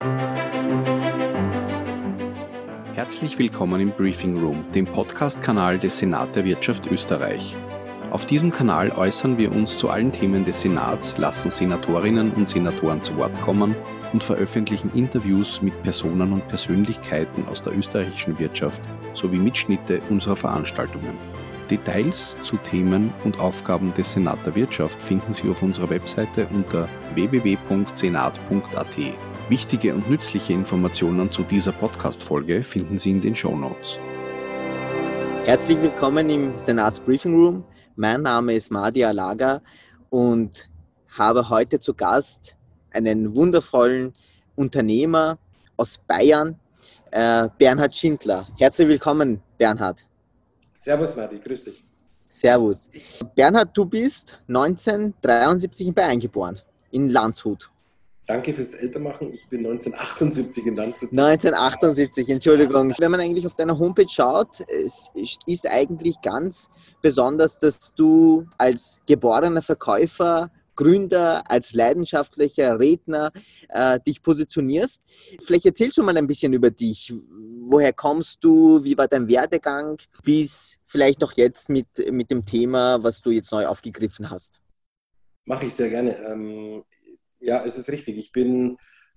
Herzlich willkommen im Briefing Room, dem Podcast-Kanal des Senat der Wirtschaft Österreich. Auf diesem Kanal äußern wir uns zu allen Themen des Senats, lassen Senatorinnen und Senatoren zu Wort kommen und veröffentlichen Interviews mit Personen und Persönlichkeiten aus der österreichischen Wirtschaft sowie Mitschnitte unserer Veranstaltungen. Details zu Themen und Aufgaben des Senat der Wirtschaft finden Sie auf unserer Webseite unter www.senat.at. Wichtige und nützliche Informationen zu dieser Podcast-Folge finden Sie in den Shownotes. Herzlich willkommen im Senats Briefing Room. Mein Name ist Mahdi Alaga und habe heute zu Gast einen wundervollen Unternehmer aus Bayern, Bernhard Schindler. Herzlich willkommen, Bernhard. Servus, Mahdi, grüß dich. Servus. Bernhard, du bist 1973 in Bayern geboren, in Landshut. Danke fürs Ältermachen. Ich bin 1978 in Landshut. 1978, Entschuldigung. Wenn man eigentlich auf deiner Homepage schaut, es ist eigentlich ganz besonders, dass du als geborener Verkäufer, Gründer, als leidenschaftlicher Redner dich positionierst. Vielleicht erzählst du mal ein bisschen über dich. Woher kommst du? Wie war dein Werdegang? Bis vielleicht auch jetzt mit dem Thema, was du jetzt neu aufgegriffen hast. Mache ich sehr gerne. Ja, es ist richtig. Ich bin,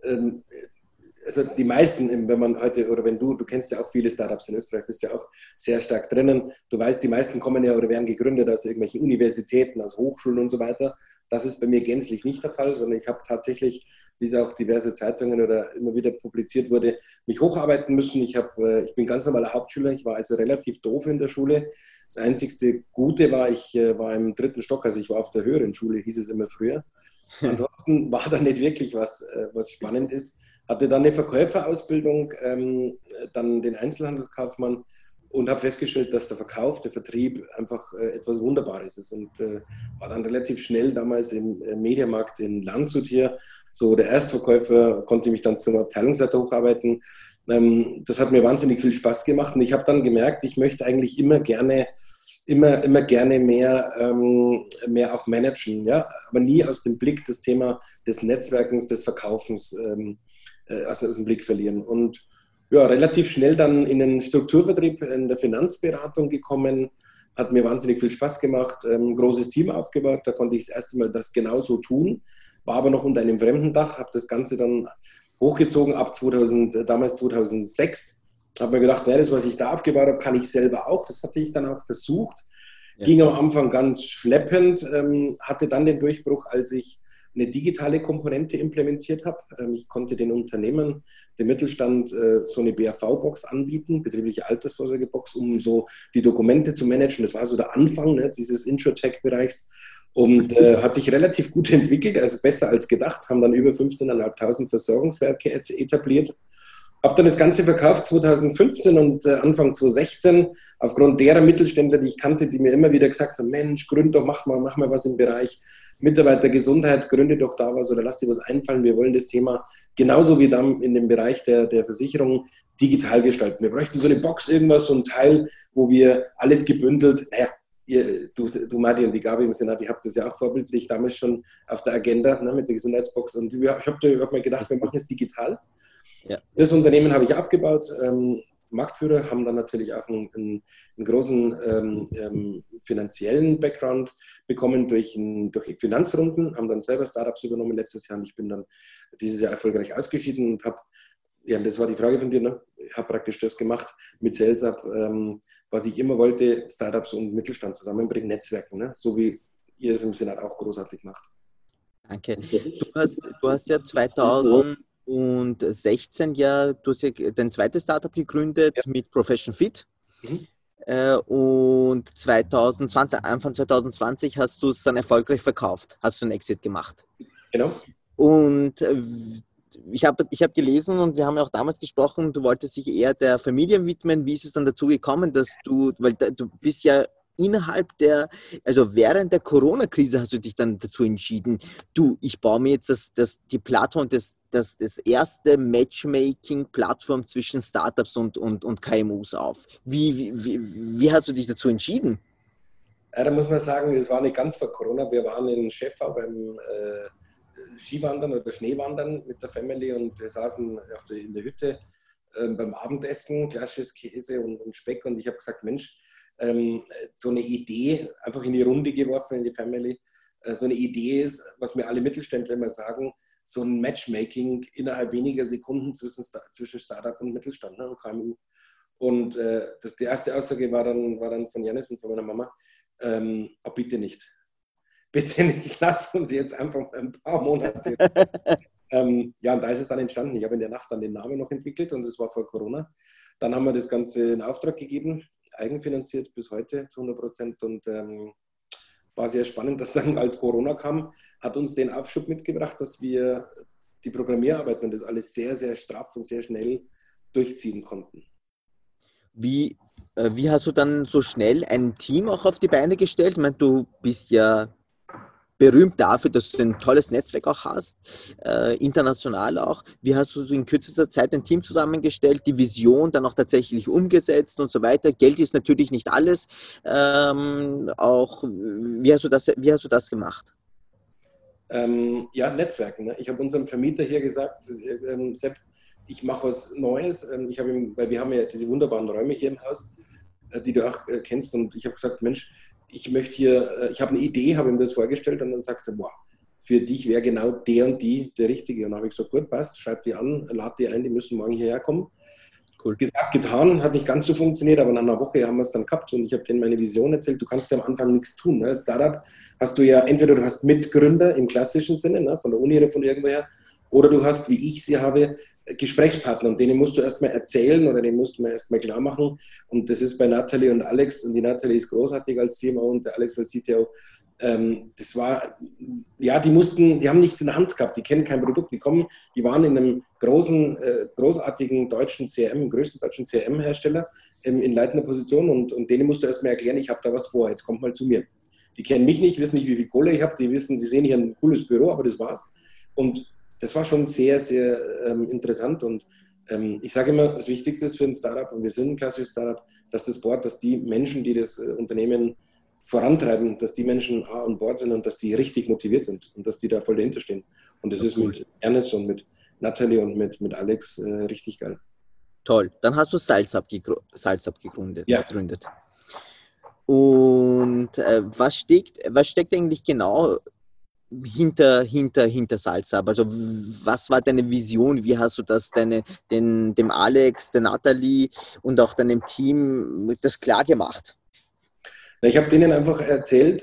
also die meisten, wenn man heute, oder wenn du kennst ja auch viele Startups in Österreich, bist ja auch sehr stark drinnen. Du weißt, die meisten kommen ja oder werden gegründet aus irgendwelchen Universitäten, aus Hochschulen und so weiter. Das ist bei mir gänzlich nicht der Fall, sondern ich habe tatsächlich, wie es auch diverse Zeitungen oder immer wieder publiziert wurde, mich hocharbeiten müssen. Ich bin ganz normaler Hauptschüler, ich war also relativ doof in der Schule. Das einzigste Gute war, ich war im 3. Stock, also ich war auf der höheren Schule, hieß es immer früher. Ansonsten war da nicht wirklich was spannend ist. Hatte dann eine Verkäuferausbildung, dann den Einzelhandelskaufmann und habe festgestellt, dass der Verkauf, der Vertrieb einfach etwas Wunderbares ist und war dann relativ schnell damals im Mediamarkt in Landshut hier. So der Erstverkäufer, konnte mich dann zum Abteilungsleiter hocharbeiten. Das hat mir wahnsinnig viel Spaß gemacht und ich habe dann gemerkt, ich möchte eigentlich immer gerne mehr auch managen, ja, aber nie aus dem Blick das Thema des Netzwerkens, des Verkaufens aus dem Blick verlieren. Und ja, relativ schnell dann in den Strukturvertrieb in der Finanzberatung gekommen, hat mir wahnsinnig viel Spaß gemacht, ein großes Team aufgebaut, da konnte ich das erste Mal das genauso tun, war aber noch unter einem fremden Dach, habe das Ganze dann hochgezogen ab damals 2006. Habe mir gedacht, das, was ich da aufgebaut habe, kann ich selber auch. Das hatte ich dann auch versucht. Ja. Ging am Anfang ganz schleppend, hatte dann den Durchbruch, als ich eine digitale Komponente implementiert habe. Ich konnte den Unternehmen, dem Mittelstand, so eine BAV-Box anbieten, betriebliche Altersvorsorgebox, um so die Dokumente zu managen. Das war so der Anfang dieses Insurtech-Bereichs und hat sich relativ gut entwickelt, also besser als gedacht, haben dann über 15.500 Versorgungswerke etabliert. Habe dann das Ganze verkauft 2015 und Anfang 2016 aufgrund derer Mittelständler, die ich kannte, die mir immer wieder gesagt haben, Mensch, gründ doch, mach mal was im Bereich Mitarbeitergesundheit, gründe doch da was oder lass dir was einfallen. Wir wollen das Thema genauso wie dann in dem Bereich der Versicherung digital gestalten. Wir bräuchten so eine Box, irgendwas, so ein Teil, wo wir alles gebündelt, du Mahdi und die Gabi im Senat, ihr habt das ja auch vorbildlich damals schon auf der Agenda, ne, mit der Gesundheitsbox und ich habe mir gedacht, wir machen es digital. Ja. Das Unternehmen habe ich aufgebaut, Marktführer, haben dann natürlich auch einen großen finanziellen Background bekommen durch Finanzrunden, haben dann selber Startups übernommen letztes Jahr und ich bin dann dieses Jahr erfolgreich ausgeschieden und habe, ja, das war die Frage von dir, ne? Ich habe praktisch das gemacht mit SalesUp, was ich immer wollte, Startups und Mittelstand zusammenbringen, Netzwerken, ne? So wie ihr es im Senat auch großartig macht. Danke. Du hast ja 2016 du hast ja dein zweites Startup gegründet, ja, mit Profession Fit. Und Anfang 2020 hast du es dann erfolgreich verkauft, hast du einen Exit gemacht. Genau. Und ich hab gelesen und wir haben ja auch damals gesprochen, du wolltest dich eher der Familie widmen. Wie ist es dann dazu gekommen, dass du bist ja während der Corona-Krise hast du dich dann dazu entschieden, ich baue mir jetzt die Plattform, das erste Matchmaking-Plattform zwischen Startups und KMUs auf. Wie hast du dich dazu entschieden? Ja, da muss man sagen, das war nicht ganz vor Corona. Wir waren in Schäffau beim Skiwandern oder Schneewandern mit der Family und wir saßen in der Hütte beim Abendessen, klassisches Käse und Speck und ich habe gesagt, Mensch, so eine Idee, einfach in die Runde geworfen in die Family, so eine Idee ist, was mir alle Mittelständler immer sagen, so ein Matchmaking innerhalb weniger Sekunden zwischen Startup und Mittelstand, ne, und KMU. Und die erste Aussage war dann von Janis und von meiner Mama, oh, bitte nicht. Bitte nicht, lass uns jetzt einfach ein paar Monate. Ja, und da ist es dann entstanden. Ich habe in der Nacht dann den Namen noch entwickelt und das war vor Corona. Dann haben wir das Ganze in Auftrag gegeben, eigenfinanziert bis heute zu 100% und war sehr spannend, dass dann, als Corona kam, hat uns den Aufschub mitgebracht, dass wir die Programmierarbeit und das alles sehr, sehr straff und sehr schnell durchziehen konnten. Wie hast du dann so schnell ein Team auch auf die Beine gestellt? Ich meine, du bist ja berühmt dafür, dass du ein tolles Netzwerk auch hast, international auch. Wie hast du so in kürzester Zeit ein Team zusammengestellt, die Vision dann auch tatsächlich umgesetzt und so weiter? Geld ist natürlich nicht alles. Auch, wie hast du das gemacht? Ja, Netzwerken. Ne? Ich habe unserem Vermieter hier gesagt, Sepp, ich mache was Neues. Weil wir haben ja diese wunderbaren Räume hier im Haus, die du auch kennst. Und ich habe gesagt, Mensch, ich habe eine Idee, habe ihm das vorgestellt und dann sagte er, boah, für dich wäre genau der und die der Richtige. Und dann habe ich gesagt, gut, passt, schreib die an, lad die ein, die müssen morgen hierher kommen. Cool. Gesagt, getan, hat nicht ganz so funktioniert, aber nach einer Woche haben wir es dann gehabt und ich habe denen meine Vision erzählt. Du kannst ja am Anfang nichts tun. Ne? Als Startup hast du ja, entweder du hast Mitgründer im klassischen Sinne, ne, von der Uni oder von irgendwoher, oder du hast, wie ich sie habe, Gesprächspartner und denen musst du erstmal erzählen oder denen musst du mir erstmal klar machen. Und das ist bei Natalie und Alex, und die Natalie ist großartig als CMO und der Alex als CTO. Das war, ja, die haben nichts in der Hand gehabt, die kennen kein Produkt, die waren in einem großartigen deutschen CRM, größten deutschen CRM-Hersteller in leitender Position und denen musst du erstmal erklären, ich habe da was vor, jetzt kommt mal zu mir. Die kennen mich nicht, wissen nicht, wie viel Kohle ich habe, sie sehen hier ein cooles Büro, aber das war's. Und das war schon sehr, sehr interessant und ich sage immer, das Wichtigste ist für ein Startup, und wir sind ein klassisches Startup, dass die Menschen, die das Unternehmen vorantreiben, dass die Menschen an Bord sind und dass die richtig motiviert sind und dass die da voll dahinter stehen. Und das ist mit Ernest und mit Natalie und mit Alex richtig geil. Toll. Dann hast du Salzab gegründet. Ja. Und was steckt eigentlich genau hinter Salzab? Also was war deine Vision? Wie hast du das dem Alex, der Natalie und auch deinem Team das klar gemacht? Ich habe denen einfach erzählt,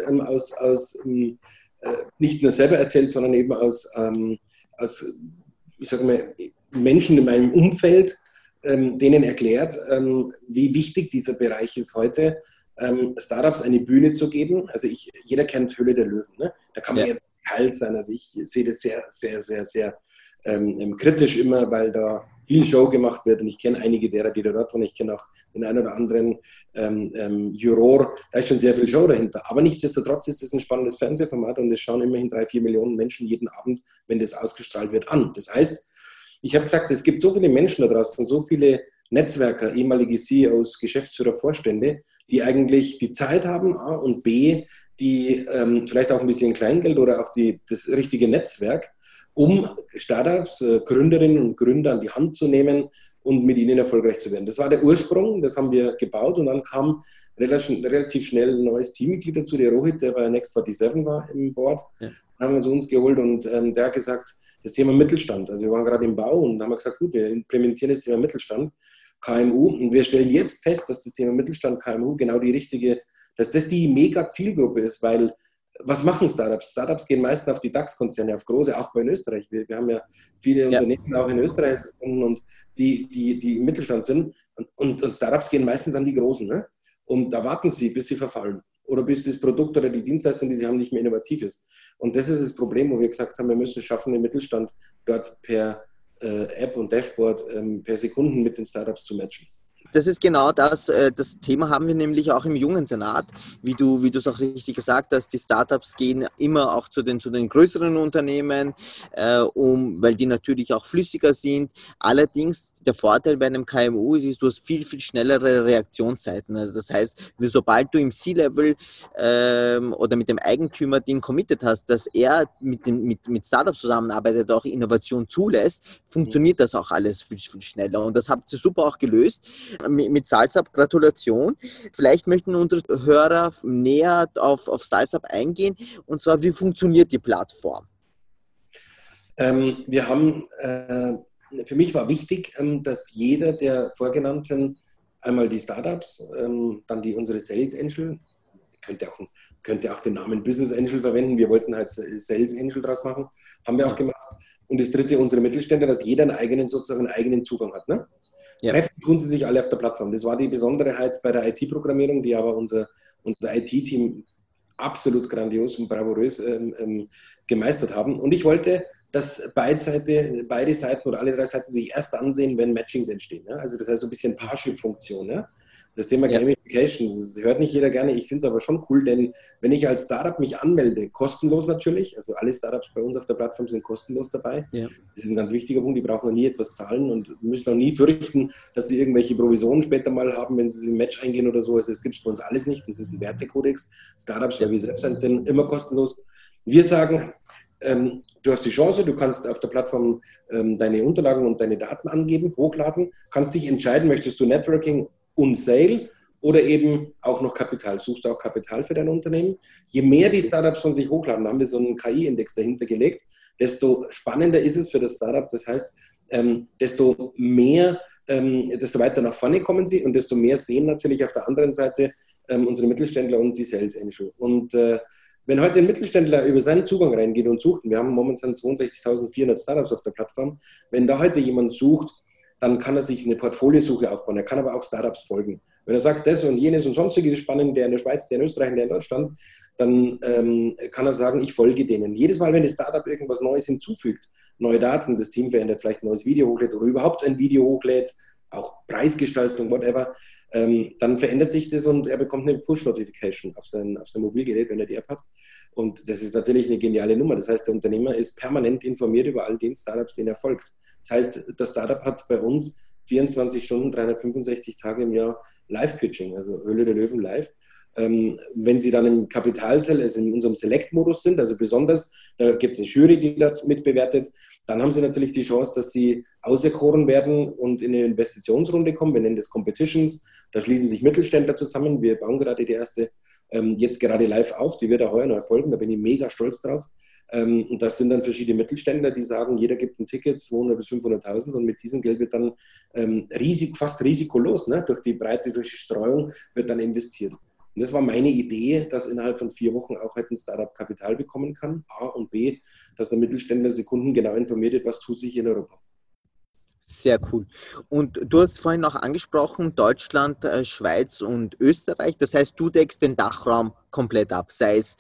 nicht nur selber erzählt, sondern eben aus ich sage mal, Menschen in meinem Umfeld, denen erklärt, wie wichtig dieser Bereich ist heute, Startups eine Bühne zu geben. Also jeder kennt Höhle der Löwen. Ne? Da kann man jetzt kalt sein. Also ich sehe das sehr, sehr, sehr, sehr kritisch immer, weil da viel Show gemacht wird und ich kenne einige derer, die da dort waren. Ich kenne auch den einen oder anderen Juror. Da ist schon sehr viel Show dahinter. Aber nichtsdestotrotz ist das ein spannendes Fernsehformat und es schauen immerhin 3-4 Millionen Menschen jeden Abend, wenn das ausgestrahlt wird, an. Das heißt, ich habe gesagt, es gibt so viele Menschen da draußen, so viele Netzwerker, ehemalige CEOs, Geschäftsführer, Vorstände, die eigentlich die Zeit haben, A, und B, die vielleicht auch ein bisschen Kleingeld oder auch das richtige Netzwerk, um Startups, Gründerinnen und Gründer an die Hand zu nehmen und mit ihnen erfolgreich zu werden. Das war der Ursprung, das haben wir gebaut und dann kam relativ schnell ein neues Teammitglied dazu, der Rohit, der bei Next47 war im Board, haben wir zu uns geholt und der hat gesagt, das Thema Mittelstand, also wir waren gerade im Bau und haben gesagt, gut, wir implementieren das Thema Mittelstand, KMU und wir stellen jetzt fest, dass das Thema Mittelstand, KMU genau dass das die mega Zielgruppe ist, weil was machen Startups? Startups gehen meistens auf die DAX-Konzerne, auf große, auch bei Österreich. Wir haben ja viele Unternehmen auch in Österreich und die im Mittelstand sind und Startups gehen meistens an die Großen. Ne? Und da warten sie, bis sie verfallen oder bis das Produkt oder die Dienstleistung, die sie haben, nicht mehr innovativ ist. Und das ist das Problem, wo wir gesagt haben, wir müssen es schaffen, den Mittelstand dort per App und Dashboard per Sekunden mit den Startups zu matchen. Das ist genau das Thema haben wir nämlich auch im jungen Senat, wie du es auch richtig gesagt hast, die Startups gehen immer auch zu den größeren Unternehmen, weil die natürlich auch flüssiger sind. Allerdings, der Vorteil bei einem KMU ist, du hast viel, viel schnellere Reaktionszeiten. Also das heißt, sobald du im C-Level oder mit dem Eigentümer den committed hast, dass er mit Startups zusammenarbeitet, auch Innovation zulässt, funktioniert das auch alles viel, viel schneller. Und das habt ihr super auch gelöst mit Salzab. Gratulation. Vielleicht möchten unsere Hörer näher auf Salzab eingehen. Und zwar, wie funktioniert die Plattform? Wir haben, für mich war wichtig, dass jeder der vorgenannten, einmal die Startups, dann unsere Sales Angel, könnte auch den Namen Business Angel verwenden. Wir wollten halt Sales Angel draus machen. Haben wir auch gemacht. Und das dritte, unsere Mittelständler, dass jeder einen eigenen Zugang hat. Ne? Ja. Treffen tun sie sich alle auf der Plattform. Das war die Besonderheit bei der IT-Programmierung, die aber unser IT-Team absolut grandios und bravourös gemeistert haben. Und ich wollte, dass beide Seiten oder alle drei Seiten sich erst ansehen, wenn Matchings entstehen. Ja? Also das heißt so ein bisschen Parship-Funktion. Ja? Das Thema Gamification, das hört nicht jeder gerne, ich finde es aber schon cool, denn wenn ich als Startup mich anmelde, kostenlos natürlich, also alle Startups bei uns auf der Plattform sind kostenlos dabei, das ist ein ganz wichtiger Punkt, die brauchen noch nie etwas zahlen und müssen auch nie fürchten, dass sie irgendwelche Provisionen später mal haben, wenn sie ein Match eingehen oder so, also das gibt es bei uns alles nicht, das ist ein Wertekodex, Startups, weil wir selbst sind, immer kostenlos. Wir sagen, du hast die Chance, du kannst auf der Plattform deine Unterlagen und deine Daten angeben, hochladen, kannst dich entscheiden, möchtest du Networking und Sale oder eben auch noch Kapital. Suchst du auch Kapital für dein Unternehmen? Je mehr die Startups von sich hochladen, da haben wir so einen KI-Index dahinter gelegt, desto spannender ist es für das Startup. Das heißt, desto weiter nach vorne kommen sie und desto mehr sehen natürlich auf der anderen Seite unsere Mittelständler und die Sales Angel. Und wenn heute ein Mittelständler über seinen Zugang reingeht und sucht, und wir haben momentan 62.400 Startups auf der Plattform, wenn da heute jemand sucht, dann kann er sich eine Portfoliosuche aufbauen. Er kann aber auch Startups folgen. Wenn er sagt, das und jenes und sonstiges ist spannend, der in der Schweiz, der in Österreich, der in Deutschland, dann kann er sagen, ich folge denen. Jedes Mal, wenn das Startup irgendwas Neues hinzufügt, neue Daten, das Team verändert, vielleicht ein neues Video hochlädt oder überhaupt ein Video hochlädt, auch Preisgestaltung, whatever, dann verändert sich das und er bekommt eine Push-Notification auf sein Mobilgerät, wenn er die App hat. Und das ist natürlich eine geniale Nummer. Das heißt, der Unternehmer ist permanent informiert über all den Startups, denen er folgt. Das heißt, das Startup hat bei uns 24 Stunden, 365 Tage im Jahr Live-Pitching, also Höhle der Löwen live. Wenn Sie dann im Kapitalsell, also in unserem Select-Modus sind, also besonders, da gibt es eine Jury, die das mitbewertet, dann haben Sie natürlich die Chance, dass Sie auserkoren werden und in eine Investitionsrunde kommen. Wir nennen das Competitions. Da schließen sich Mittelständler zusammen. Wir bauen gerade die erste jetzt gerade live auf. Die wird auch heuer noch erfolgen. Da bin ich mega stolz drauf. Und das sind dann verschiedene Mittelständler, die sagen, jeder gibt ein Ticket, 200.000 bis 500.000 und mit diesem Geld wird dann fast risikolos, ne? Durch die Breite, durch die Streuung wird dann investiert. Und das war meine Idee, dass innerhalb von 4 Wochen auch halt ein Startup Kapital bekommen kann, A und B, dass der Mittelständler Sekunden genau informiert wird, was tut sich in Europa. Sehr cool. Und du hast vorhin auch angesprochen, Deutschland, Schweiz und Österreich. Das heißt, du deckst den Dachraum komplett ab, sei es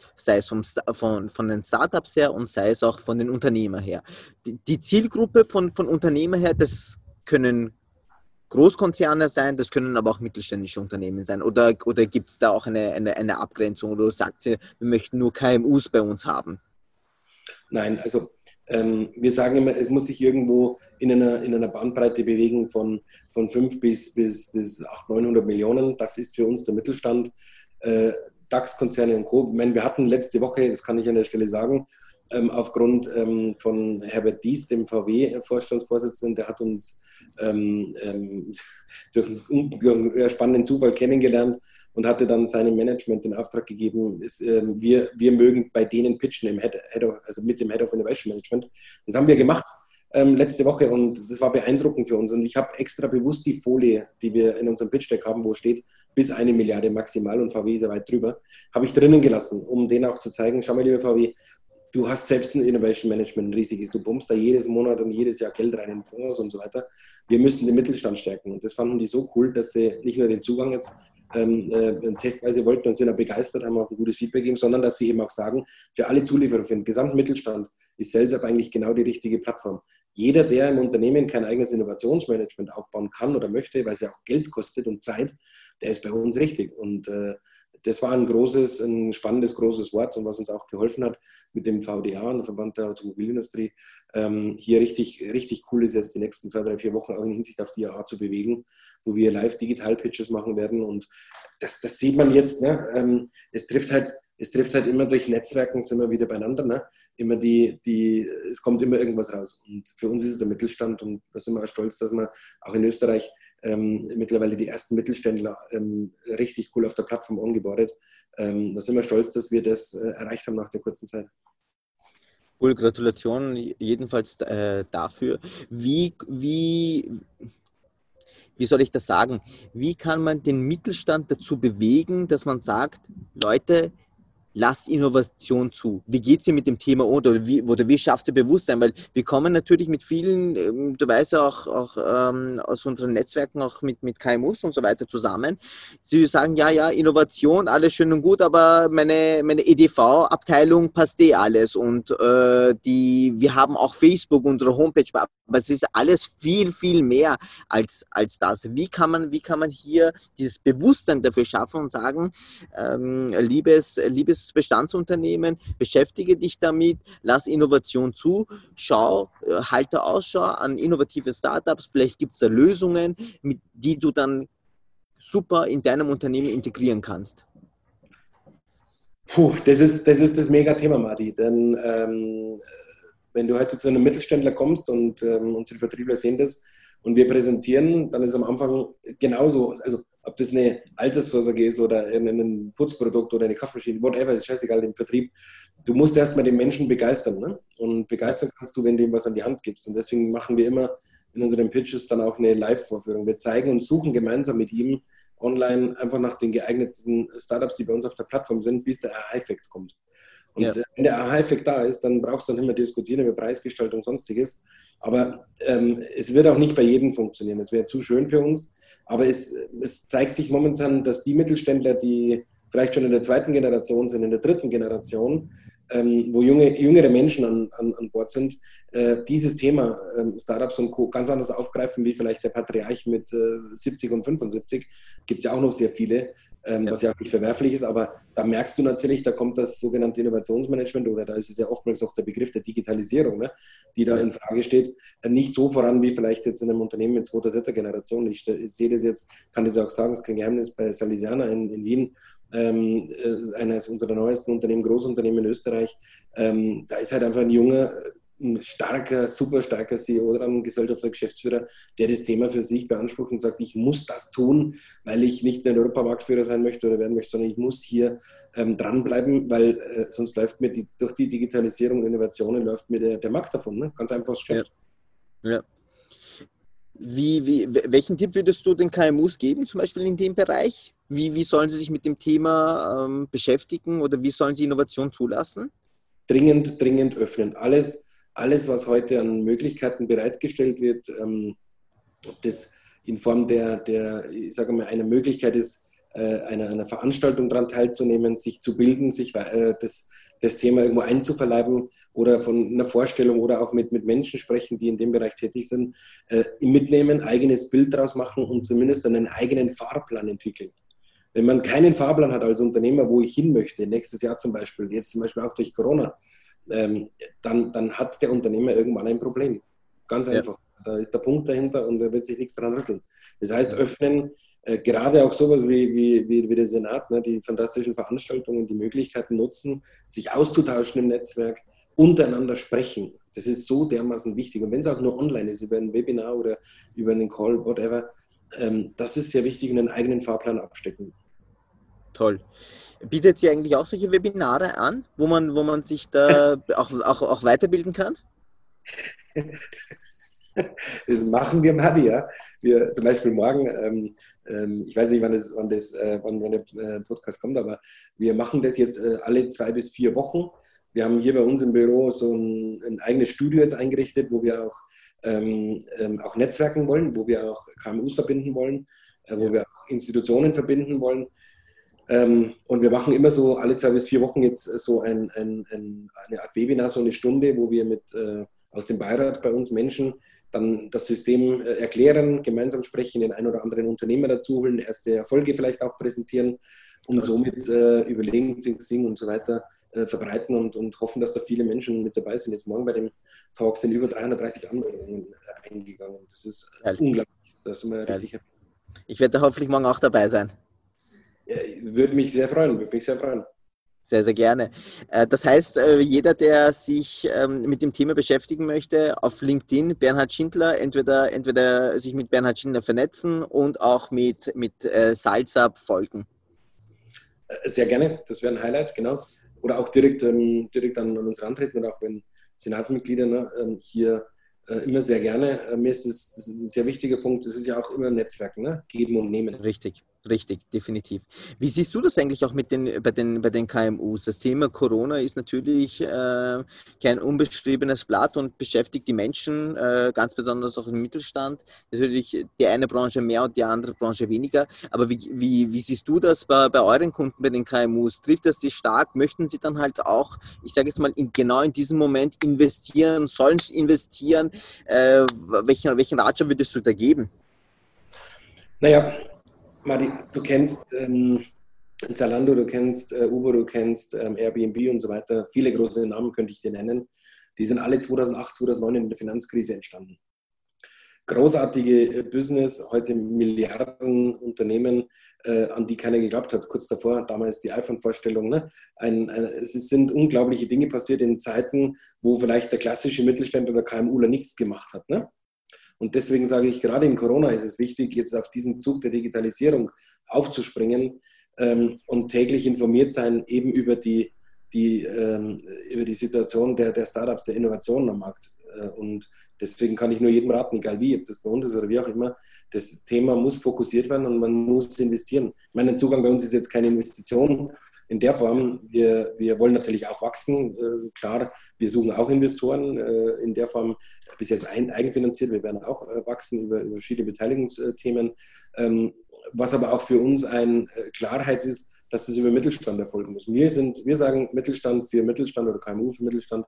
von den Startups her und sei es auch von den Unternehmern her. Die Zielgruppe von Unternehmern her, das können Großkonzerne sein, das können aber auch mittelständische Unternehmen sein. Oder gibt es da auch eine Abgrenzung? Oder sagt ihr, wir möchten nur KMUs bei uns haben? Nein, also wir sagen immer, es muss sich irgendwo in einer Bandbreite bewegen von 5 bis 800, 900 Millionen. Das ist für uns der Mittelstand. DAX-Konzerne und Co. Ich meine, wir hatten letzte Woche, das kann ich an der Stelle sagen, aufgrund von Herbert Diess, dem VW-Vorstandsvorsitzenden, der hat uns durch einen spannenden Zufall kennengelernt und hatte dann seinem Management den Auftrag gegeben, wir mögen bei denen pitchen also mit dem Head of Innovation Management. Das haben wir gemacht letzte Woche und das war beeindruckend für uns. Und ich habe extra bewusst die Folie, die wir in unserem Pitch-Deck haben, wo steht, bis 1 Milliarde maximal und VW ist ja weit drüber, habe ich drinnen gelassen, um denen auch zu zeigen, schau mal, lieber VW, du hast selbst ein Innovation Management, ein riesiges. Du pumpst da jedes Monat und jedes Jahr Geld rein in Fonds und so weiter. Wir müssen den Mittelstand stärken. Und das fanden die so cool, dass sie nicht nur den Zugang jetzt testweise wollten und sind auch begeistert, haben auch ein gutes Feedback gegeben, sondern dass sie eben auch sagen, für alle Zulieferer, für den gesamten Mittelstand ist Salesab eigentlich genau die richtige Plattform. jeder, der im Unternehmen kein eigenes Innovationsmanagement aufbauen kann oder möchte, weil es ja auch Geld kostet und Zeit, der ist bei uns richtig. Und das war ein spannendes, großes Wort und was uns auch geholfen hat mit dem VDA, dem Verband der Automobilindustrie, hier richtig, richtig cool ist jetzt die nächsten 2, 3, 4 Wochen auch in Hinsicht auf die IAA zu bewegen, wo wir live Digital-Pitches machen werden und das sieht man jetzt, ne? Es trifft halt immer durch Netzwerken, sind wir wieder beieinander, ne? Es kommt immer irgendwas raus und für uns ist es der Mittelstand und da sind wir auch stolz, dass wir auch in Österreich mittlerweile die ersten Mittelständler richtig cool auf der Plattform ongeboardet. Da sind wir stolz, dass wir das erreicht haben nach der kurzen Zeit. Cool, Gratulation jedenfalls dafür. Wie soll ich das sagen? Wie kann man den Mittelstand dazu bewegen, dass man sagt, Leute, lasst Innovation zu. Wie geht es ihr mit dem Thema um oder wie schafft ihr Bewusstsein? Weil wir kommen natürlich mit vielen, du weißt ja auch aus unseren Netzwerken, auch mit KMUs und so weiter zusammen. Sie sagen, ja, Innovation, alles schön und gut, aber meine EDV-Abteilung passt alles und wir haben auch Facebook, unsere Homepage, aber es ist alles viel, viel mehr als das. Wie kann man hier dieses Bewusstsein dafür schaffen und sagen, liebes Bestandsunternehmen, beschäftige dich damit, lass Innovation zu, halte Ausschau an innovative Startups, vielleicht gibt es da Lösungen, die du dann super in deinem Unternehmen integrieren kannst. Das ist das Mega-Thema, Martin, denn wenn du heute zu einem Mittelständler kommst und unsere Vertriebler sehen das und wir präsentieren, dann ist am Anfang genauso, also ob das eine Altersvorsorge ist oder ein Putzprodukt oder eine Kaffeemaschine, whatever, ist scheißegal, im Vertrieb. Du musst erstmal den Menschen begeistern, ne? Und begeistern kannst du, wenn du ihm was an die Hand gibst. Und deswegen machen wir immer in unseren Pitches dann auch eine Live-Vorführung. Wir zeigen und suchen gemeinsam mit ihm online einfach nach den geeigneten Startups, die bei uns auf der Plattform sind, bis der Aha-Effekt kommt. Und wenn der Aha-Effekt da ist, dann brauchst du dann immer diskutieren über Preisgestaltung und Sonstiges. Aber es wird auch nicht bei jedem funktionieren. Es wäre zu schön für uns. Aber es zeigt sich momentan, dass die Mittelständler, die vielleicht schon in der 2. Generation sind, in der 3. Generation, wo jüngere Menschen an Bord sind, dieses Thema Startups und Co. ganz anders aufgreifen, wie vielleicht der Patriarch mit 70 und 75. Gibt es ja auch noch sehr viele, was ja auch nicht verwerflich ist, aber da merkst du natürlich, da kommt das sogenannte Innovationsmanagement oder da ist es ja oftmals noch der Begriff der Digitalisierung, ne, die da in Frage steht, nicht so voran wie vielleicht jetzt in einem Unternehmen in 2. oder 3. Generation. Ich sehe das jetzt, kann das ja auch sagen, ist kein Geheimnis, bei Salesiana in Wien, eines unserer neuesten Unternehmen, Großunternehmen in Österreich, da ist halt einfach ein super starker CEO dran, Gesellschafter, Geschäftsführer, der das Thema für sich beansprucht und sagt, ich muss das tun, weil ich nicht ein Europamarktführer sein möchte oder werden möchte, sondern ich muss hier dranbleiben, weil sonst läuft mir durch die Digitalisierung und Innovationen läuft mir der Markt davon. Ne? Ganz einfaches Geschäft. Ja. Welchen Tipp würdest du den KMUs geben, zum Beispiel in dem Bereich? Wie sollen sie sich mit dem Thema beschäftigen oder wie sollen sie Innovation zulassen? Dringend öffnen. Alles, was heute an Möglichkeiten bereitgestellt wird, ob das in Form ich sage mal, einer Möglichkeit ist, einer Veranstaltung daran teilzunehmen, sich zu bilden, sich das Thema irgendwo einzuverleiben oder von einer Vorstellung oder auch mit Menschen sprechen, die in dem Bereich tätig sind, mitnehmen, eigenes Bild daraus machen und zumindest einen eigenen Fahrplan entwickeln. Wenn man keinen Fahrplan hat als Unternehmer, wo ich hin möchte, nächstes Jahr zum Beispiel, jetzt zum Beispiel auch durch Corona, dann hat der Unternehmer irgendwann ein Problem. Ganz einfach. Ja. Da ist der Punkt dahinter und da wird sich nichts dran rütteln. Das heißt, öffnen, gerade auch sowas wie der Senat, ne, die fantastischen Veranstaltungen, die Möglichkeiten nutzen, sich auszutauschen im Netzwerk, untereinander sprechen. Das ist so dermaßen wichtig. Und wenn es auch nur online ist, über ein Webinar oder über einen Call, whatever, das ist sehr wichtig und einen eigenen Fahrplan abstecken. Toll. Bietet ihr eigentlich auch solche Webinare an, wo man sich da auch weiterbilden kann? Das machen wir, Madi, ja. Wir zum Beispiel morgen, ich weiß nicht, wann der Podcast kommt, aber wir machen das jetzt alle 2 bis 4 Wochen. Wir haben hier bei uns im Büro so ein eigenes Studio jetzt eingerichtet, wo wir auch netzwerken wollen, wo wir auch KMUs verbinden wollen, wo wir auch Institutionen verbinden wollen. Und wir machen immer so alle 2 bis 4 Wochen jetzt so eine Art Webinar, so eine Stunde, wo wir mit aus dem Beirat bei uns Menschen, dann das System erklären, gemeinsam sprechen, den einen oder anderen Unternehmer dazu holen, erste Erfolge vielleicht auch präsentieren und somit über LinkedIn, Xing und so weiter verbreiten und hoffen, dass da viele Menschen mit dabei sind. Jetzt morgen bei dem Talk sind über 330 Anmeldungen eingegangen. Das ist unglaublich. Da sind wir richtig happy. Ich werde da hoffentlich morgen auch dabei sein. Würde mich sehr freuen, Sehr, sehr gerne. Das heißt, jeder, der sich mit dem Thema beschäftigen möchte, auf LinkedIn, Bernhard Schindler, entweder sich mit Bernhard Schindler vernetzen und auch mit Salzab folgen. Sehr gerne, das wäre ein Highlight, genau. Oder auch direkt an uns rantreten oder auch wenn Senatsmitglieder hier immer sehr gerne. Mir ist das ein sehr wichtiger Punkt. Das ist ja auch immer ein Netzwerk, ne? Geben und nehmen. Richtig, definitiv. Wie siehst du das eigentlich auch bei den KMUs? Das Thema Corona ist natürlich kein unbeschriebenes Blatt und beschäftigt die Menschen, ganz besonders auch im Mittelstand. Natürlich die eine Branche mehr und die andere Branche weniger. Aber wie siehst du das bei euren Kunden, bei den KMUs? Trifft das sie stark? Möchten sie dann halt auch, ich sage jetzt mal, genau in diesem Moment investieren? Sollen sie investieren? Welchen Ratschlag würdest du da geben? Naja, Mari, du kennst Zalando, du kennst Uber, du kennst Airbnb und so weiter. Viele große Namen könnte ich dir nennen. Die sind alle 2008, 2009 in der Finanzkrise entstanden. Großartige Business, heute Milliardenunternehmen, an die keiner geglaubt hat. Kurz davor, damals die iPhone-Vorstellung. Ne? Es sind unglaubliche Dinge passiert in Zeiten, wo vielleicht der klassische Mittelständler oder KMUler nichts gemacht hat. Ne? Und deswegen sage ich, gerade in Corona ist es wichtig, jetzt auf diesen Zug der Digitalisierung aufzuspringen und täglich informiert sein eben über die Situation der Startups, der Innovationen am Markt. Und deswegen kann ich nur jedem raten, egal wie, ob das bei uns ist oder wie auch immer, das Thema muss fokussiert werden und man muss investieren. Mein Zugang bei uns ist jetzt keine Investition in der Form. Wir wollen natürlich auch wachsen. Klar, wir suchen auch Investoren in der Form, bisher so eigenfinanziert. Wir werden auch wachsen über verschiedene Beteiligungsthemen. Was aber auch für uns eine Klarheit ist, dass das über Mittelstand erfolgen muss. Wir sagen Mittelstand für Mittelstand oder KMU für Mittelstand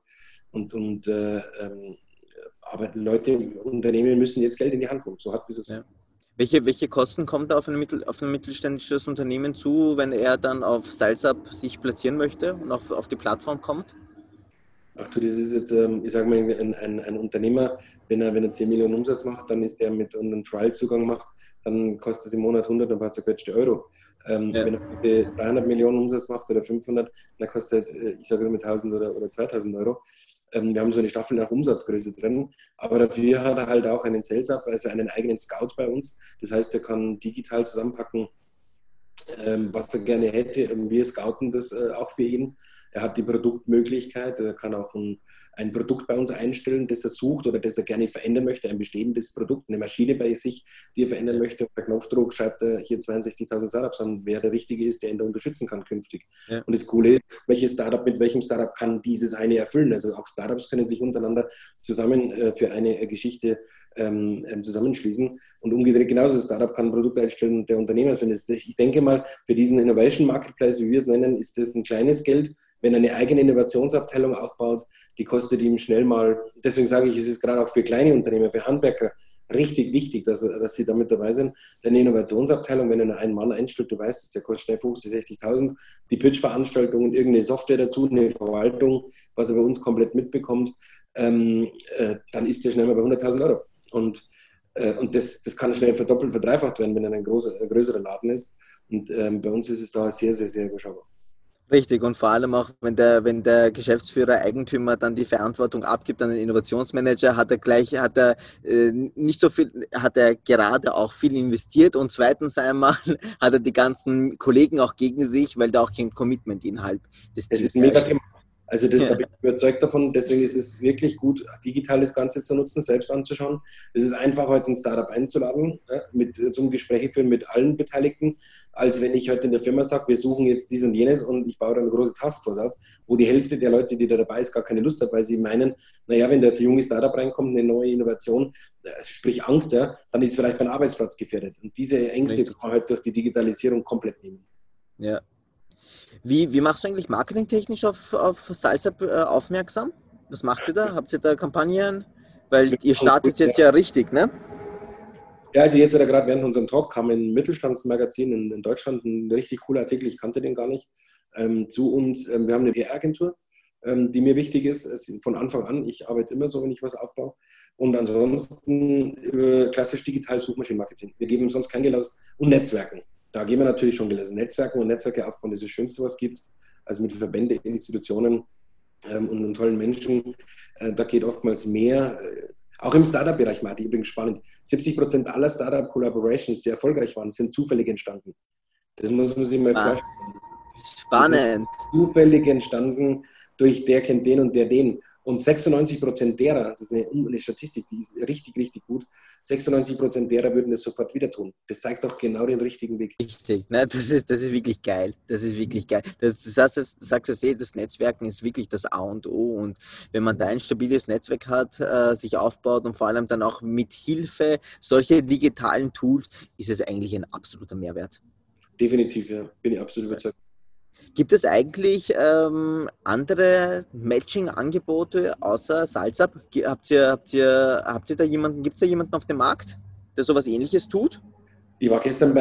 aber Leute, Unternehmen müssen jetzt Geld in die Hand nehmen. So hat es. Ja. Welche Kosten kommen da auf ein mittelständisches Unternehmen zu, wenn er dann auf Salzab sich platzieren möchte und auf die Plattform kommt? Ach du, das ist jetzt, ich sage mal, ein Unternehmer, wenn er 10 Millionen Umsatz macht, dann ist der mit einem Trial-Zugang macht, dann kostet es im Monat 100, dann hat es zerquetschte Euro. Wenn er bitte 300 Millionen Umsatz macht oder 500, dann kostet, ich sage mit 1000 oder 2000 Euro. Wir haben so eine Staffel nach Umsatzgröße drin, aber dafür hat er halt auch einen Sales-Up, also einen eigenen Scout bei uns. Das heißt, er kann digital zusammenpacken, was er gerne hätte. Wir scouten das auch für ihn. Er hat die Produktmöglichkeit, er kann auch ein Produkt bei uns einstellen, das er sucht oder das er gerne verändern möchte, ein bestehendes Produkt, eine Maschine bei sich, die er verändern möchte. Per Knopfdruck schreibt er hier 62.000 Startups an, wer der Richtige ist, der ihn da unterstützen kann künftig. Ja. Und das Coole ist, mit welchem Startup kann dieses eine erfüllen. Also auch Startups können sich untereinander zusammen für eine Geschichte zusammenschließen und umgedreht genauso. Das Startup kann ein Produkt einstellen und der Unternehmer findet es. Ich denke mal, für diesen Innovation Marketplace, wie wir es nennen, ist das ein kleines Geld. Wenn er eine eigene Innovationsabteilung aufbaut, die kostet ihm schnell mal, deswegen sage ich, es ist gerade auch für kleine Unternehmer, für Handwerker richtig wichtig, dass sie da mit dabei sind. Denn eine Innovationsabteilung, wenn du einen Mann einstellst, du weißt, der kostet schnell 50.000, 60.000, die Pitch-Veranstaltung, irgendeine Software dazu, eine Verwaltung, was er bei uns komplett mitbekommt, dann ist der schnell mal bei 100.000 Euro. Und das kann schnell verdoppelt, verdreifacht werden, wenn er ein größerer Laden ist. Und bei uns ist es da sehr, sehr, sehr überschaubar. Richtig, und vor allem auch, wenn der Geschäftsführer, Eigentümer dann die Verantwortung abgibt an den Innovationsmanager, hat er gerade auch viel investiert und zweitens einmal hat er die ganzen Kollegen auch gegen sich, weil da auch kein Commitment innerhalb des Teams ist mega gemacht. Also da bin ich überzeugt davon, deswegen ist es wirklich gut, digital das Ganze zu nutzen, selbst anzuschauen. Es ist einfach, heute ein Startup einzuladen, zum Gespräch führen mit allen Beteiligten, als wenn ich heute in der Firma sage, wir suchen jetzt dies und jenes und ich baue da eine große Taskforce auf, wo die Hälfte der Leute, die da dabei ist, gar keine Lust hat, weil sie meinen, naja, wenn da jetzt ein junges Startup reinkommt, eine neue Innovation, sprich Angst, dann ist vielleicht mein Arbeitsplatz gefährdet. Und diese Ängste kann man halt durch die Digitalisierung komplett nehmen. Ja. Wie machst du eigentlich marketingtechnisch auf Salzab aufmerksam? Was macht ihr da? Habt ihr da Kampagnen? Weil ihr startet jetzt ja richtig, ne? Ja, also jetzt oder gerade während unserem Talk kam ein Mittelstandsmagazin in Deutschland ein richtig cooler Artikel, ich kannte den gar nicht, zu uns. Wir haben eine PR-Agentur, die mir wichtig ist, von Anfang an. Ich arbeite immer so, wenn ich was aufbaue. Und ansonsten klassisch digital Suchmaschinenmarketing. Wir geben sonst kein Geld aus. Und Netzwerken. Da geben wir natürlich schon Geld aus. Netzwerken und Netzwerke aufbauen, das ist das Schönste, was es gibt. Also mit Verbände, Institutionen und tollen Menschen. Da geht oftmals mehr. Auch im Startup-Bereich, Martin, übrigens spannend. 70% aller Startup-Collaborations, die erfolgreich waren, sind zufällig entstanden. Das muss man sich mal vorstellen. Spannend. Zufällig entstanden durch der kennt den und der den. Und 96% derer, das ist eine Statistik, die ist richtig, richtig gut, 96% derer würden es sofort wieder tun. Das zeigt doch genau den richtigen Weg. Richtig, ne, das ist wirklich geil. Das ist wirklich geil. Das heißt, das sagst du eh, das Netzwerken ist wirklich das A und O. Und wenn man da ein stabiles Netzwerk hat, sich aufbaut und vor allem dann auch mit Hilfe solcher digitalen Tools, ist es eigentlich ein absoluter Mehrwert. Definitiv, ja. Bin ich absolut überzeugt. Gibt es eigentlich andere Matching-Angebote außer Salzab? Habt ihr da jemanden, gibt es da jemanden auf dem Markt, der sowas Ähnliches tut? Ich war gestern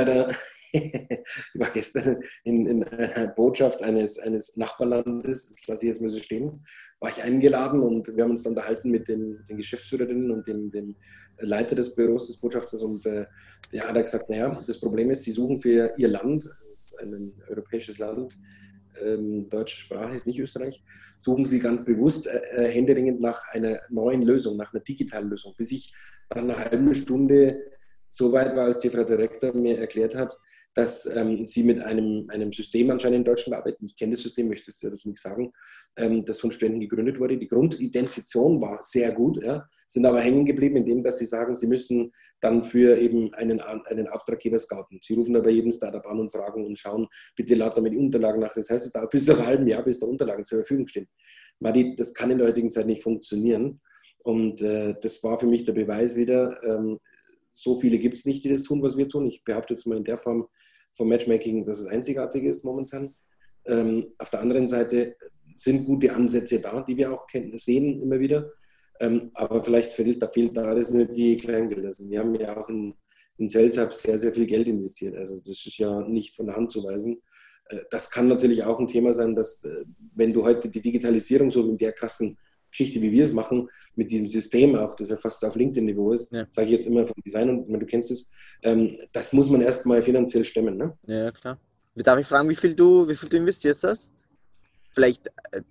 in einer Botschaft eines Nachbarlandes, das lasse ich jetzt mal so stehen, war ich eingeladen und wir haben uns dann unterhalten mit den Geschäftsführerinnen und dem Leiter des Büros des Botschafters und der hat gesagt, naja, das Problem ist, sie suchen für ihr Land, das ist ein europäisches Land, deutsche Sprache ist nicht Österreich, suchen sie ganz bewusst händeringend nach einer neuen Lösung, nach einer digitalen Lösung, bis ich nach einer halben Stunde so weit war, als die Frau Direktor mir erklärt hat, dass sie mit einem System anscheinend in Deutschland arbeiten. Ich kenne das System, möchte es ja das nicht sagen, das von Studenten gegründet wurde. Die Grundidentition war sehr gut, ja, sind aber hängen geblieben, indem dass sie sagen, sie müssen dann für eben einen Auftraggeber scouten. Sie rufen aber jedem Startup an und fragen und schauen, bitte lad damit Unterlagen nach. Das heißt, es dauert bis zu einem halben Jahr, bis da Unterlagen zur Verfügung stehen. Das kann in der heutigen Zeit nicht funktionieren. Und das war für mich der Beweis wieder, so viele gibt es nicht, die das tun, was wir tun. Ich behaupte jetzt mal in der Form vom Matchmaking, dass es einzigartig ist momentan. Auf der anderen Seite sind gute Ansätze da, die wir auch sehen immer wieder. Aber vielleicht fehlt da alles nur die Kleingelder. Also wir haben ja auch in Salzab sehr, sehr viel Geld investiert. Also das ist ja nicht von der Hand zu weisen. Das kann natürlich auch ein Thema sein, dass wenn du heute die Digitalisierung so in der krassen Geschichte, wie wir es machen, mit diesem System auch, das ja fast auf LinkedIn-Niveau ist, ja. Sage ich jetzt immer vom Design und du kennst es, das muss man erstmal finanziell stemmen. Ne? Ja, klar. Darf ich fragen, wie viel du investiert hast? Vielleicht.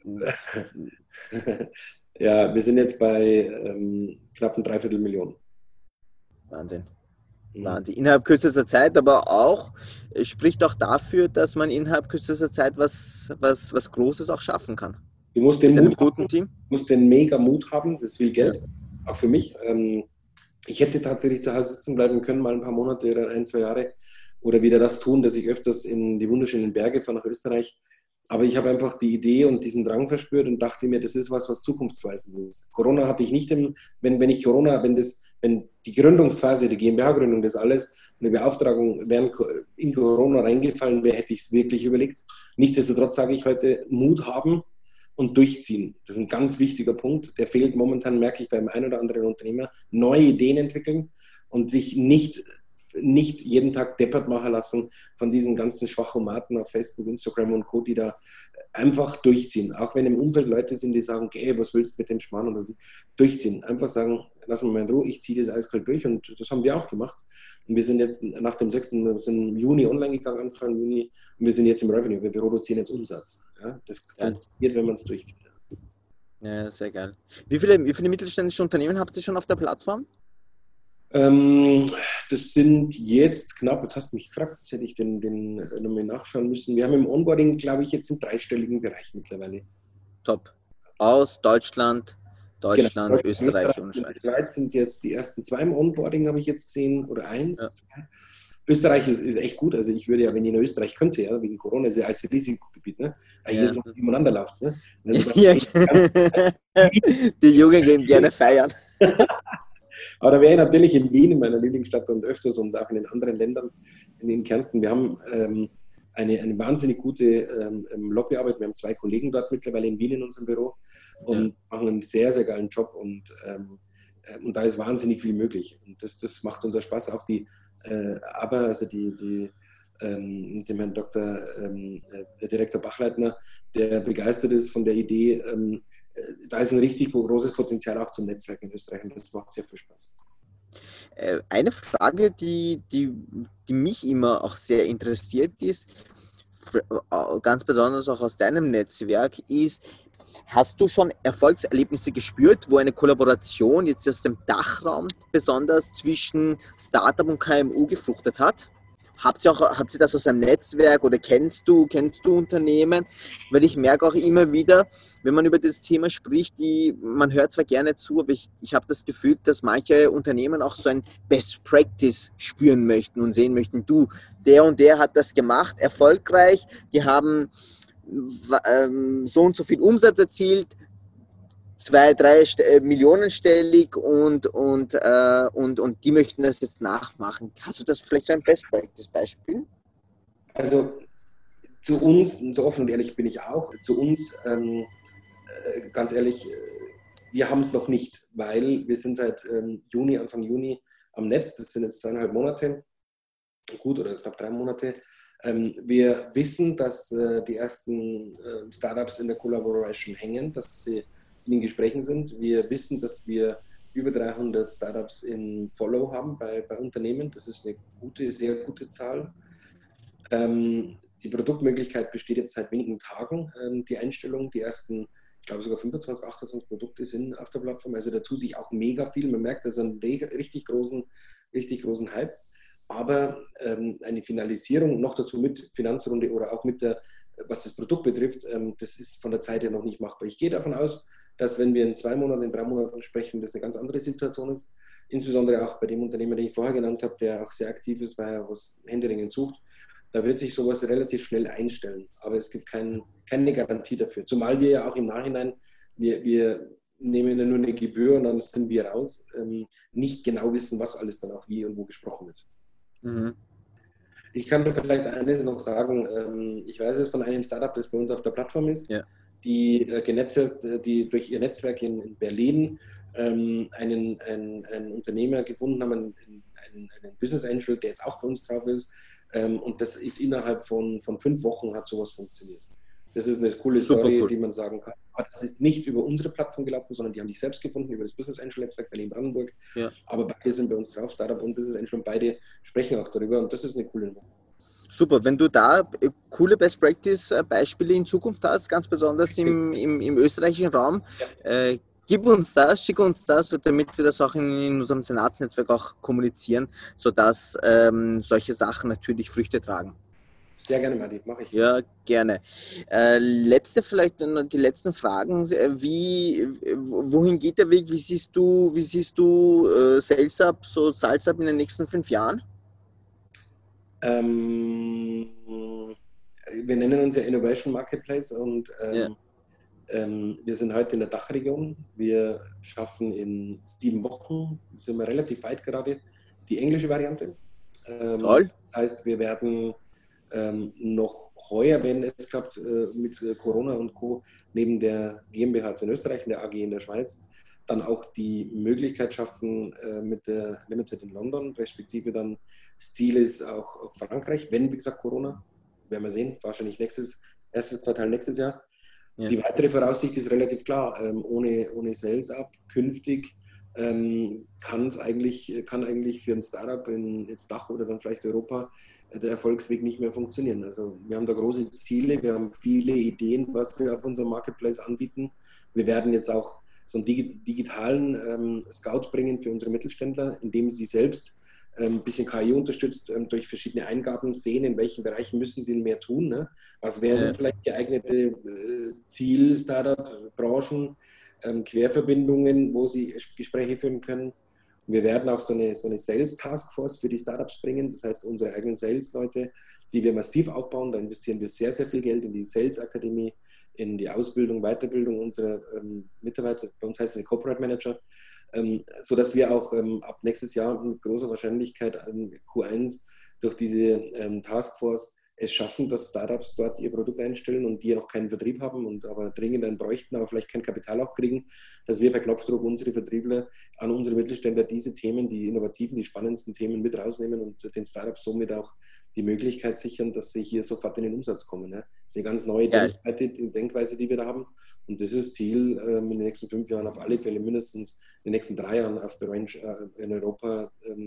Ja, wir sind jetzt bei knapp ein Dreiviertelmillion. Wahnsinn. Wahnsinn. Innerhalb kürzester Zeit, aber auch, spricht auch dafür, dass man innerhalb kürzester Zeit was Großes auch schaffen kann. Du musst den Mut haben, du musst den mega Mut haben, das ist viel Geld, ja. Auch für mich. Ich hätte tatsächlich zu Hause sitzen bleiben können, mal ein paar Monate oder 1-2 Jahre oder wieder das tun, dass ich öfters in die wunderschönen Berge fahre nach Österreich. Aber ich habe einfach die Idee und diesen Drang verspürt und dachte mir, das ist was zukunftsweisend ist. Corona hatte ich nicht, wenn die Gründungsphase, die GmbH-Gründung, das alles, eine Beauftragung während in Corona reingefallen wäre, hätte ich es wirklich überlegt. Nichtsdestotrotz sage ich heute, Mut haben und durchziehen. Das ist ein ganz wichtiger Punkt. Der fehlt momentan, merke ich beim einen oder anderen Unternehmer. Neue Ideen entwickeln und sich nicht jeden Tag deppert machen lassen von diesen ganzen Schwachomaten auf Facebook, Instagram und Co., die da einfach durchziehen. Auch wenn im Umfeld Leute sind, die sagen, okay, was willst du mit dem Schmarrn oder so. Durchziehen. Einfach sagen, lass mich mal in Ruhe, ich ziehe das eiskalt durch und das haben wir auch gemacht. Und wir sind jetzt nach dem 6., wir sind im Juni online gegangen, Anfang Juni, und wir sind jetzt im Revenue, wir produzieren jetzt Umsatz. Ja, das funktioniert, wenn man es durchzieht. Ja, sehr geil. Wie viele mittelständische Unternehmen habt ihr schon auf der Plattform? Das sind jetzt knapp, jetzt hast du mich gefragt, jetzt hätte ich den nochmal nachschauen müssen. Wir haben im Onboarding, glaube ich, jetzt einen dreistelligen Bereich mittlerweile. Top. Aus Deutschland, genau. Österreich und Schweiz. In der Schweiz sind es jetzt die ersten 2 im Onboarding, habe ich jetzt gesehen, oder 1. Ja. Österreich ist echt gut, also ich würde ja, wenn ihr in Österreich könnte, ja, wegen Corona ist ja als Risikogebiet, ne? Ja. Hier ist auch nebeneinander läuft, ne? Ja. Die Jungen gehen gerne feiern. Aber da wäre ich natürlich in Wien, in meiner Lieblingsstadt und öfters und auch in den anderen Ländern, in Kärnten. Wir haben eine wahnsinnig gute Lobbyarbeit. Wir haben 2 Kollegen dort mittlerweile in Wien in unserem Büro. und machen einen sehr, sehr geilen Job und da ist wahnsinnig viel möglich. Und das macht unser Spaß. Auch also mit dem Herrn Direktor Bachleitner, der begeistert ist von der Idee, da ist ein richtig großes Potenzial auch zum Netzwerk in Österreich und das macht sehr viel Spaß. Eine Frage, die mich immer auch sehr interessiert ist, ganz besonders auch aus deinem Netzwerk, ist, hast du schon Erfolgserlebnisse gespürt, wo eine Kollaboration jetzt aus dem Dachraum besonders zwischen Startup und KMU gefruchtet hat? Habt ihr das aus einem Netzwerk oder kennst du Unternehmen? Weil ich merke auch immer wieder, wenn man über das Thema spricht, man hört zwar gerne zu, aber ich habe das Gefühl, dass manche Unternehmen auch so ein Best Practice spüren möchten und sehen möchten, der und der hat das gemacht, erfolgreich, die haben so und so viel Umsatz erzielt, 2-3 millionenstellig und die möchten das jetzt nachmachen. Hast du das vielleicht so ein Best Practice Beispiel? Also zu uns, so offen und ehrlich bin ich auch, zu uns, ganz ehrlich, wir haben es noch nicht, weil wir sind seit Anfang Juni am Netz, das sind jetzt 2,5 Monate, gut oder knapp 3 Monate. Wir wissen, dass die ersten Startups in der Collaboration hängen, dass sie in den Gesprächen sind. Wir wissen, dass wir über 300 Startups in Follow haben bei Unternehmen. Das ist eine sehr gute Zahl. Die Produktmöglichkeit besteht jetzt seit wenigen Tagen. Die Einstellung, die ersten, ich glaube sogar 25, 28 Produkte sind auf der Plattform. Also da tut sich auch mega viel. Man merkt also einen richtig großen Hype. Aber eine Finalisierung, noch dazu mit Finanzrunde oder auch was das Produkt betrifft, das ist von der Zeit her noch nicht machbar. Ich gehe davon aus, dass wenn wir in 2 Monaten, in 3 Monaten sprechen, das eine ganz andere Situation ist. Insbesondere auch bei dem Unternehmer, den ich vorher genannt habe, der auch sehr aktiv ist, weil er was händeringend sucht. Da wird sich sowas relativ schnell einstellen. Aber es gibt keine Garantie dafür. Zumal wir ja auch im Nachhinein, wir nehmen ja nur eine Gebühr und dann sind wir raus, nicht genau wissen, was alles dann auch wie und wo gesprochen wird. Mhm. Ich kann dir vielleicht eines noch sagen. Ich weiß es von einem Startup, das bei uns auf der Plattform ist, die durch ihr Netzwerk in Berlin einen Unternehmer gefunden haben, einen Business Angel, der jetzt auch bei uns drauf ist. Und das ist innerhalb von 5 Wochen hat sowas funktioniert. Das ist eine coole Story, die man sagen kann. Aber das ist nicht über unsere Plattform gelaufen, sondern die haben sich selbst gefunden über das Business Angel Netzwerk Berlin-Brandenburg. Ja. Aber beide sind bei uns drauf, Startup und Business Angel, und beide sprechen auch darüber und das ist eine coole Nummer. Super, wenn du da coole Best Practice Beispiele in Zukunft hast, ganz besonders im österreichischen Raum, schick uns das, damit wir das auch in unserem Senatsnetzwerk auch kommunizieren, sodass solche Sachen natürlich Früchte tragen. Sehr gerne, Madi, mache ich. Ja, gerne. Die letzten Fragen. Wohin geht der Weg? Wie siehst du SalesUp, so SalesUp in den nächsten 5 Jahren? Wir nennen uns ja Innovation Marketplace und wir sind heute in der Dachregion. Wir schaffen in 7 Wochen, sind wir relativ weit gerade, die englische Variante. Toll. Das heißt, wir werden noch heuer, wenn es klappt, mit Corona und Co. neben der GmbH in Österreich, in der AG in der Schweiz, dann auch die Möglichkeit schaffen mit der Limited in London, respektive dann das Ziel ist auch Frankreich, wenn, wie gesagt, Corona, werden wir sehen, wahrscheinlich erstes Quartal nächstes Jahr. Ja. Die weitere Voraussicht ist relativ klar, ohne SalesUp künftig kann eigentlich für ein Startup in jetzt Dach oder dann vielleicht Europa der Erfolgsweg nicht mehr funktionieren. Also wir haben da große Ziele, wir haben viele Ideen, was wir auf unserem Marketplace anbieten. Wir werden jetzt auch so einen digitalen Scout bringen für unsere Mittelständler, indem sie selbst ein bisschen KI unterstützt, durch verschiedene Eingaben sehen, in welchen Bereichen müssen sie mehr tun. Ne? Was wären vielleicht geeignete Ziel-Startup-Branchen, Querverbindungen, wo sie Gespräche führen können. Wir werden auch so eine Sales-Taskforce für die Startups bringen. Das heißt, unsere eigenen Sales-Leute, die wir massiv aufbauen, da investieren wir sehr, sehr viel Geld in die Sales-Akademie, in die Ausbildung, Weiterbildung unserer Mitarbeiter. Bei uns heißt es Corporate Manager, sodass wir auch ab nächstes Jahr mit großer Wahrscheinlichkeit Q1 durch diese Taskforce es schaffen, dass Startups dort ihr Produkt einstellen und die ja noch keinen Vertrieb haben und aber dringend einen bräuchten, aber vielleicht kein Kapital auch kriegen, dass wir bei Knopfdruck unsere Vertriebler an unsere Mittelständler diese Themen, die innovativen, die spannendsten Themen mit rausnehmen und den Startups somit auch die Möglichkeit sichern, dass sie hier sofort in den Umsatz kommen. Ne? Das ist eine ganz neue Denkweise, die wir da haben. Und das ist das Ziel, in den nächsten 5 Jahren auf alle Fälle mindestens in den nächsten 3 Jahren auf der Range in Europa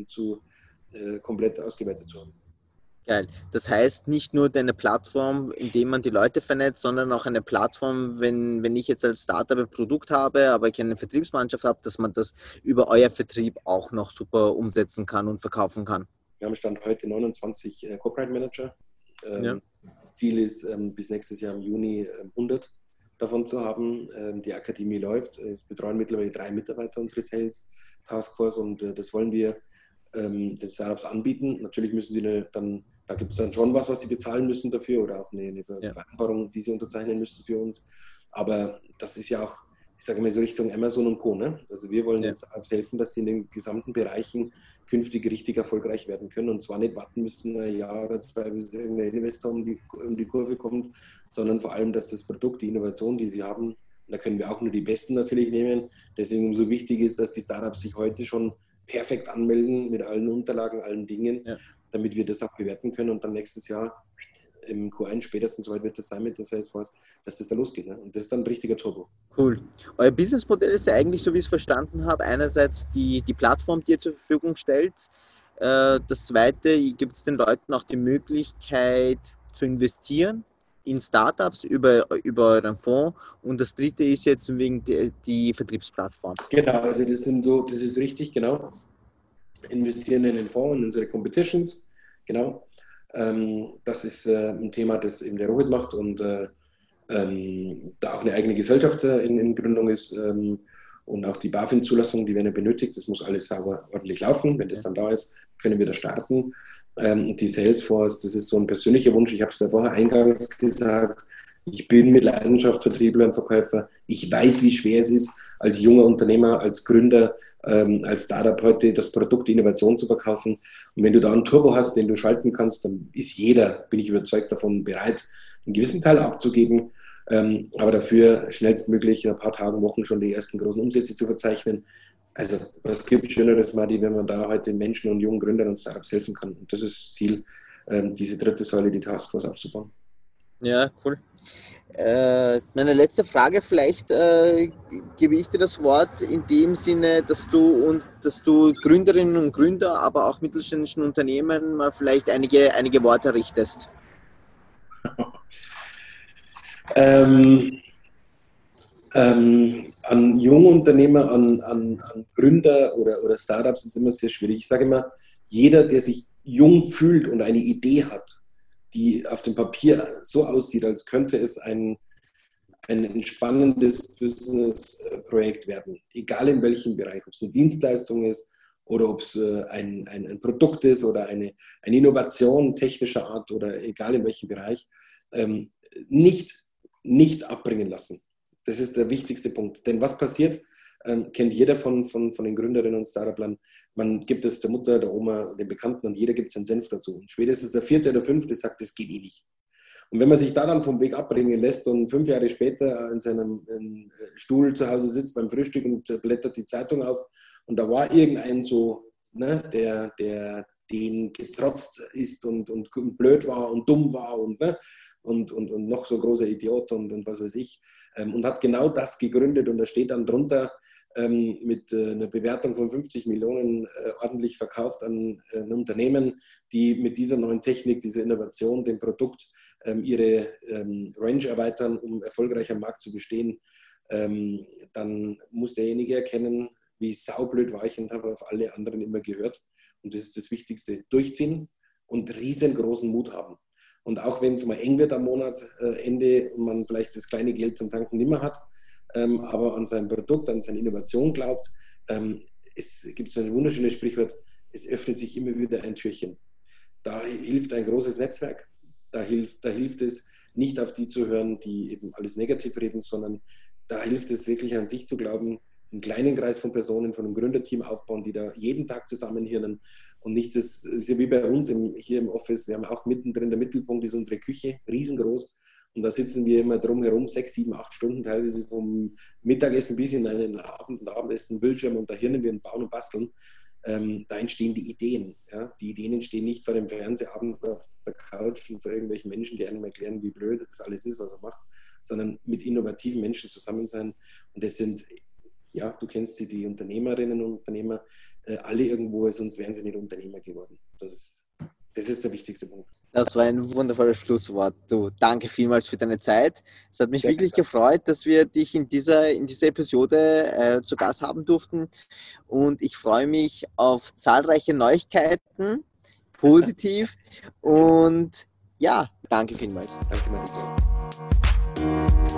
komplett ausgeweitet zu haben. Geil. Das heißt, nicht nur deine Plattform, in der man die Leute vernetzt, sondern auch eine Plattform, wenn ich jetzt als Startup ein Produkt habe, aber ich eine Vertriebsmannschaft habe, dass man das über euer Vertrieb auch noch super umsetzen kann und verkaufen kann. Wir haben Stand heute 29 Corporate Manager. Das Ziel ist, bis nächstes Jahr im Juni 100 davon zu haben. Die Akademie läuft. Es betreuen mittlerweile 3 Mitarbeiter unsere Sales Taskforce und das wollen wir den Startups anbieten. Natürlich müssen sie da gibt es dann schon was sie bezahlen müssen dafür oder auch eine Vereinbarung, die sie unterzeichnen müssen für uns. Aber das ist ja auch, ich sage mal so Richtung Amazon und Co. Ne? Also wir wollen den Startups helfen, dass sie in den gesamten Bereichen künftig richtig erfolgreich werden können und zwar nicht warten müssen, ein Jahr oder 2, bis irgendein Investor um die Kurve kommt, sondern vor allem, dass das Produkt, die Innovation, die sie haben, da können wir auch nur die Besten natürlich nehmen. Deswegen umso wichtig ist, dass die Startups sich heute schon perfekt anmelden mit allen Unterlagen, allen Dingen, damit wir das auch bewerten können und dann nächstes Jahr im Q1 spätestens soweit wird das sein mit der Salesforce, dass das da losgeht. Ne? Und das ist dann ein richtiger Turbo. Cool. Euer Businessmodell ist ja eigentlich, so wie ich es verstanden habe, einerseits die Plattform, die ihr zur Verfügung stellt. Das Zweite, gibt es den Leuten auch die Möglichkeit zu investieren in Startups über euren Fonds. Und das Dritte ist jetzt wegen die Vertriebsplattform. Genau, also das ist richtig, genau. Investieren in den Fonds, in unsere Competitions, genau. Das ist ein Thema, das eben der Rohit macht und da auch eine eigene Gesellschaft in Gründung ist und auch die BaFin-Zulassung, die werden ja benötigt. Das muss alles sauber ordentlich laufen. Wenn das dann da ist, können wir da starten. Die Salesforce, das ist so ein persönlicher Wunsch. Ich habe es ja vorher eingangs gesagt. Ich bin mit Leidenschaft Vertriebler und Verkäufer. Ich weiß, wie schwer es ist, als junger Unternehmer, als Gründer, als Startup heute das Produkt, die Innovation zu verkaufen. Und wenn du da einen Turbo hast, den du schalten kannst, dann ist jeder, bin ich überzeugt davon, bereit, einen gewissen Teil abzugeben, aber dafür schnellstmöglich in ein paar Tagen, Wochen schon die ersten großen Umsätze zu verzeichnen. Also was gibt Schöneres, Madi, wenn man da heute Menschen und jungen Gründern und Startups helfen kann. Und das ist das Ziel, diese dritte Säule, die Taskforce aufzubauen. Ja, cool. Meine letzte Frage, vielleicht gebe ich dir das Wort in dem Sinne, dass du Gründerinnen und Gründer, aber auch mittelständischen Unternehmen mal vielleicht einige Worte richtest. An junge Unternehmer, an Gründer oder Startups ist immer sehr schwierig. Ich sage immer, jeder, der sich jung fühlt und eine Idee hat, die auf dem Papier so aussieht, als könnte es ein spannendes Business-Projekt werden, egal in welchem Bereich, ob es eine Dienstleistung ist oder ob es ein Produkt ist oder eine Innovation technischer Art oder egal in welchem Bereich, nicht abbringen lassen. Das ist der wichtigste Punkt. Denn was passiert, kennt jeder von den Gründerinnen und Startuplern. Man gibt es der Mutter, der Oma, den Bekannten und jeder gibt seinen Senf dazu. Und spätestens der 4. oder 5. sagt, das geht eh nicht. Und wenn man sich da dann vom Weg abbringen lässt und 5 Jahre später in seinem Stuhl zu Hause sitzt beim Frühstück und blättert die Zeitung auf und da war irgendein so, ne, der den getrotzt ist und blöd war und dumm war und noch so großer Idiot und was weiß ich und hat genau das gegründet und da steht dann drunter mit einer Bewertung von 50 Millionen ordentlich verkauft an ein Unternehmen, die mit dieser neuen Technik, dieser Innovation, dem Produkt ihre Range erweitern, um erfolgreich am Markt zu bestehen, dann muss derjenige erkennen, wie saublöd war ich und habe auf alle anderen immer gehört. Und das ist das Wichtigste. Durchziehen und riesengroßen Mut haben. Und auch wenn es mal eng wird am Monatsende und man vielleicht das kleine Geld zum Tanken nicht mehr hat, aber an sein Produkt, an seine Innovation glaubt, es gibt so ein wunderschönes Sprichwort, es öffnet sich immer wieder ein Türchen. Da hilft ein großes Netzwerk. Da hilft es, nicht auf die zu hören, die eben alles negativ reden, sondern da hilft es wirklich an sich zu glauben, einen kleinen Kreis von Personen, von einem Gründerteam aufbauen, die da jeden Tag zusammenhirnen Und nichts ist ja wie bei uns hier im Office, wir haben auch mittendrin, der Mittelpunkt ist unsere Küche, riesengroß. Und da sitzen wir immer drumherum 6, 7, 8 Stunden, teilweise vom Mittagessen bis in einen Abendessen, Bildschirm und da hirnen wir und bauen und basteln. Da entstehen die Ideen. Ja? Die Ideen entstehen nicht vor dem Fernsehabend auf der Couch und vor irgendwelchen Menschen, die einem erklären, wie blöd das alles ist, was er macht, sondern mit innovativen Menschen zusammen sein. Und das sind, ja, du kennst sie, die Unternehmerinnen und Unternehmer, alle irgendwo, sonst wären sie nicht Unternehmer geworden. Das ist der wichtigste Punkt. Das war ein wundervolles Schlusswort. Du, danke vielmals für deine Zeit. Es hat mich wirklich gefreut, dass wir dich in dieser Episode zu Gast haben durften. Und ich freue mich auf zahlreiche Neuigkeiten, positiv. Und ja, danke vielmals. Danke, Marisa.